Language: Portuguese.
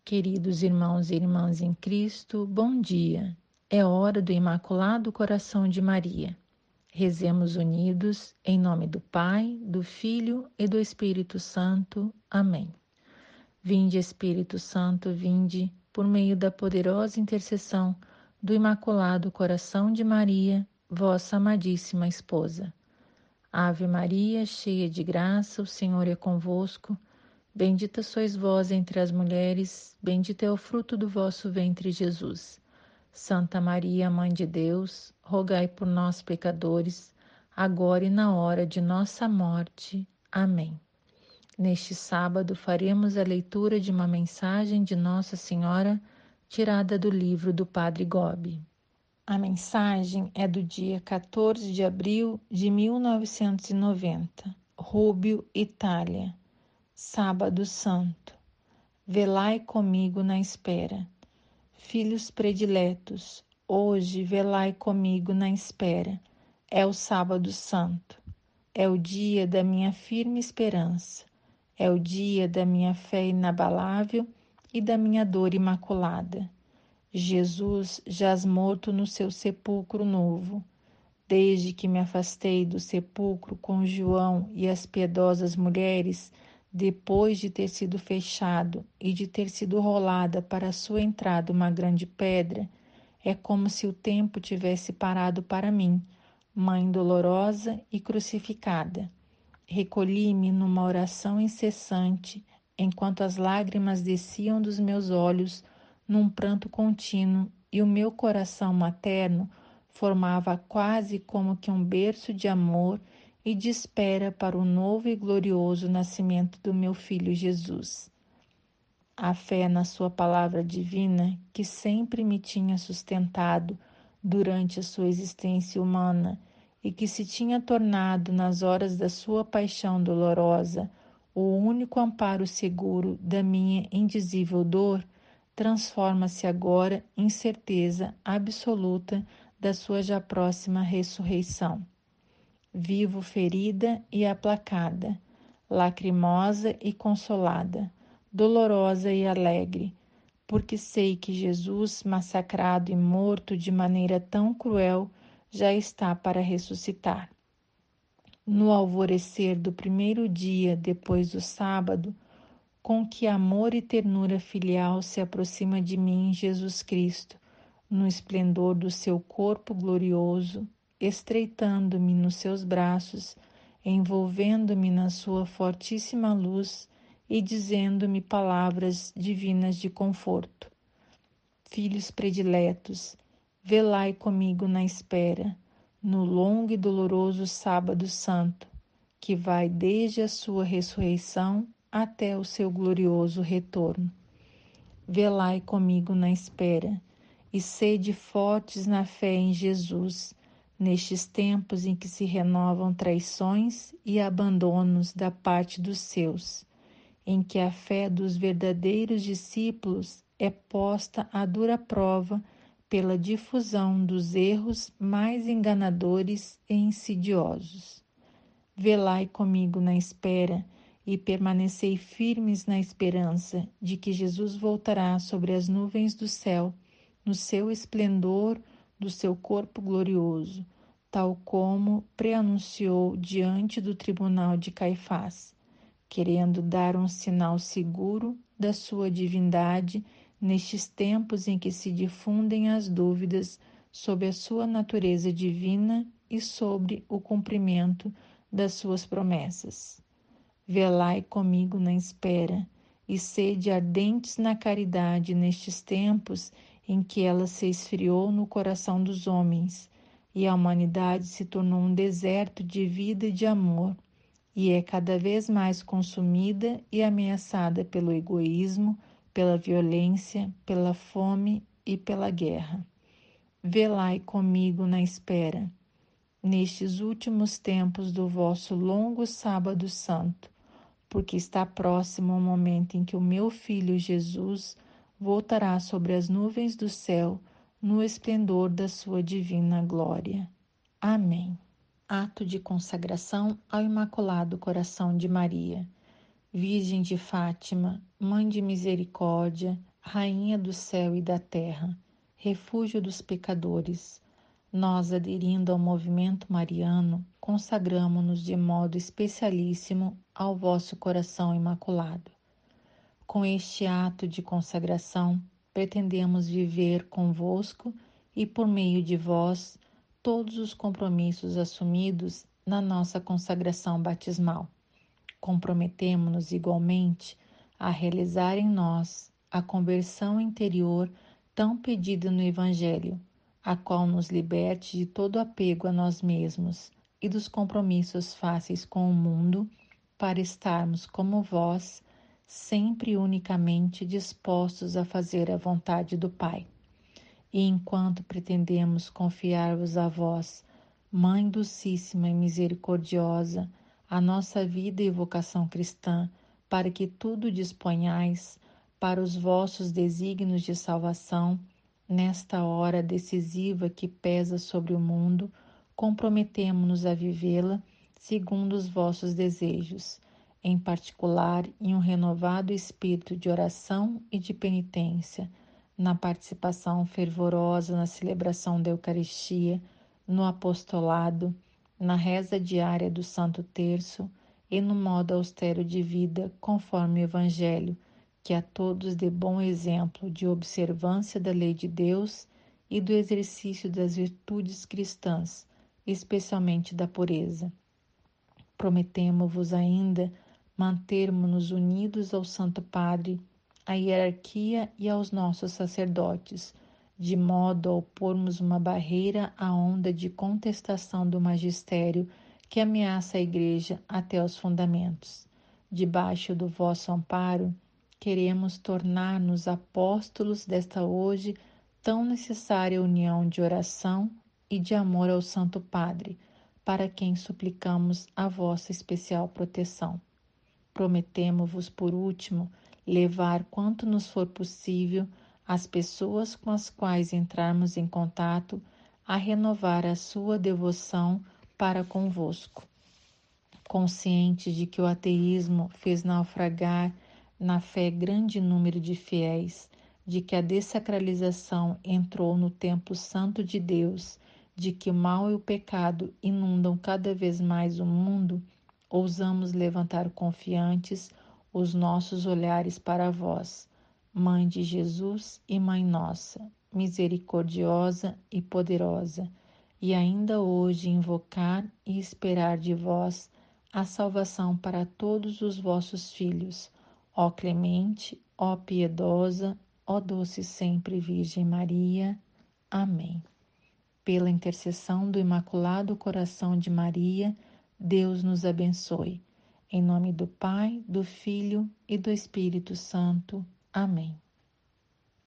Queridos irmãos e irmãs em Cristo, bom dia. É hora do Imaculado Coração de Maria. Rezemos unidos em nome do Pai, do Filho e do Espírito Santo. Amém. Vinde, Espírito Santo, vinde, por meio da poderosa intercessão do Imaculado Coração de Maria, vossa amadíssima esposa. Ave Maria, cheia de graça, o Senhor é convosco. Bendita sois vós entre as mulheres, bendito é o fruto do vosso ventre, Jesus. Santa Maria, Mãe de Deus, rogai por nós, pecadores, agora e na hora de nossa morte. Amém. Neste sábado faremos a leitura de uma mensagem de Nossa Senhora, tirada do livro do Padre Gobi. A mensagem é do dia 14 de abril de 1990, Rúbio, Itália. Sábado Santo. Velai comigo na espera. Filhos prediletos, hoje velai comigo na espera. É o Sábado Santo. É o dia da minha firme esperança. É o dia da minha fé inabalável e da minha dor imaculada. Jesus jaz morto no seu sepulcro novo. Desde que me afastei do sepulcro com João e as piedosas mulheres, depois de ter sido fechado e de ter sido rolada para a sua entrada uma grande pedra, é como se o tempo tivesse parado para mim, Mãe dolorosa e crucificada. Recolhi-me numa oração incessante, enquanto as lágrimas desciam dos meus olhos num pranto contínuo e o meu coração materno formava quase como que um berço de amor e de espera para o novo e glorioso nascimento do meu filho Jesus. A fé na sua palavra divina, que sempre me tinha sustentado durante a sua existência humana e que se tinha tornado nas horas da sua paixão dolorosa o único amparo seguro da minha indizível dor, transforma-se agora em certeza absoluta da sua já próxima ressurreição. Vivo ferida e aplacada, lacrimosa e consolada, dolorosa e alegre, porque sei que Jesus, massacrado e morto de maneira tão cruel, já está para ressuscitar. No alvorecer do primeiro dia depois do sábado, com que amor e ternura filial se aproxima de mim Jesus Cristo, no esplendor do seu corpo glorioso, estreitando-me nos seus braços, envolvendo-me na sua fortíssima luz e dizendo-me palavras divinas de conforto. Filhos prediletos, velai comigo na espera, no longo e doloroso sábado santo, que vai desde a sua ressurreição até o seu glorioso retorno. Velai comigo na espera, e sede fortes na fé em Jesus, nestes tempos em que se renovam traições e abandonos da parte dos seus, em que a fé dos verdadeiros discípulos é posta à dura prova pela difusão dos erros mais enganadores e insidiosos. Velai comigo na espera e permanecei firmes na esperança de que Jesus voltará sobre as nuvens do céu, no seu esplendor do seu corpo glorioso, tal como preanunciou diante do tribunal de Caifás, querendo dar um sinal seguro da sua divindade nestes tempos em que se difundem as dúvidas sobre a sua natureza divina e sobre o cumprimento das suas promessas. Velai comigo na espera e sede ardentes na caridade nestes tempos em que ela se esfriou no coração dos homens e a humanidade se tornou um deserto de vida e de amor e é cada vez mais consumida e ameaçada pelo egoísmo, pela violência, pela fome e pela guerra. Velai comigo na espera, nestes últimos tempos do vosso longo sábado santo, porque está próximo o momento em que o meu Filho Jesus voltará sobre as nuvens do céu no esplendor da sua divina glória. Amém. Ato de consagração ao Imaculado Coração de Maria. Virgem de Fátima, Mãe de Misericórdia, Rainha do céu e da terra, refúgio dos pecadores, nós, aderindo ao movimento mariano, consagramo-nos de modo especialíssimo ao vosso coração imaculado. Com este ato de consagração, pretendemos viver convosco e, por meio de vós, todos os compromissos assumidos na nossa consagração batismal. Comprometemo-nos igualmente a realizar em nós a conversão interior tão pedida no Evangelho, a qual nos liberte de todo apego a nós mesmos e dos compromissos fáceis com o mundo, para estarmos como vós, sempre e unicamente dispostos a fazer a vontade do Pai. E enquanto pretendemos confiar-vos a vós, Mãe Docíssima e Misericordiosa, a nossa vida e vocação cristã, para que tudo disponhais para os vossos desígnios de salvação, nesta hora decisiva que pesa sobre o mundo, comprometemo-nos a vivê-la segundo os vossos desejos, em particular em um renovado espírito de oração e de penitência, na participação fervorosa na celebração da Eucaristia, no apostolado, na reza diária do Santo Terço e no modo austero de vida conforme o Evangelho, que a todos dê bom exemplo de observância da lei de Deus e do exercício das virtudes cristãs, especialmente da pureza. Prometemo-vos ainda mantermos-nos unidos ao Santo Padre, à hierarquia e aos nossos sacerdotes, de modo a opormos uma barreira à onda de contestação do magistério que ameaça a Igreja até os fundamentos. Debaixo do vosso amparo, queremos tornar-nos apóstolos desta hoje tão necessária união de oração e de amor ao Santo Padre, para quem suplicamos a vossa especial proteção. Prometemo-vos, por último, levar quanto nos for possível as pessoas com as quais entrarmos em contato a renovar a sua devoção para convosco. Conscientes de que o ateísmo fez naufragar na fé grande número de fiéis, de que a dessacralização entrou no templo santo de Deus, de que o mal e o pecado inundam cada vez mais o mundo, ousamos levantar confiantes os nossos olhares para vós, Mãe de Jesus e Mãe nossa, misericordiosa e poderosa, e ainda hoje invocar e esperar de vós a salvação para todos os vossos filhos, ó clemente, ó piedosa, ó doce sempre Virgem Maria. Amém. Pela intercessão do Imaculado Coração de Maria, Deus nos abençoe. Em nome do Pai, do Filho e do Espírito Santo. Amém.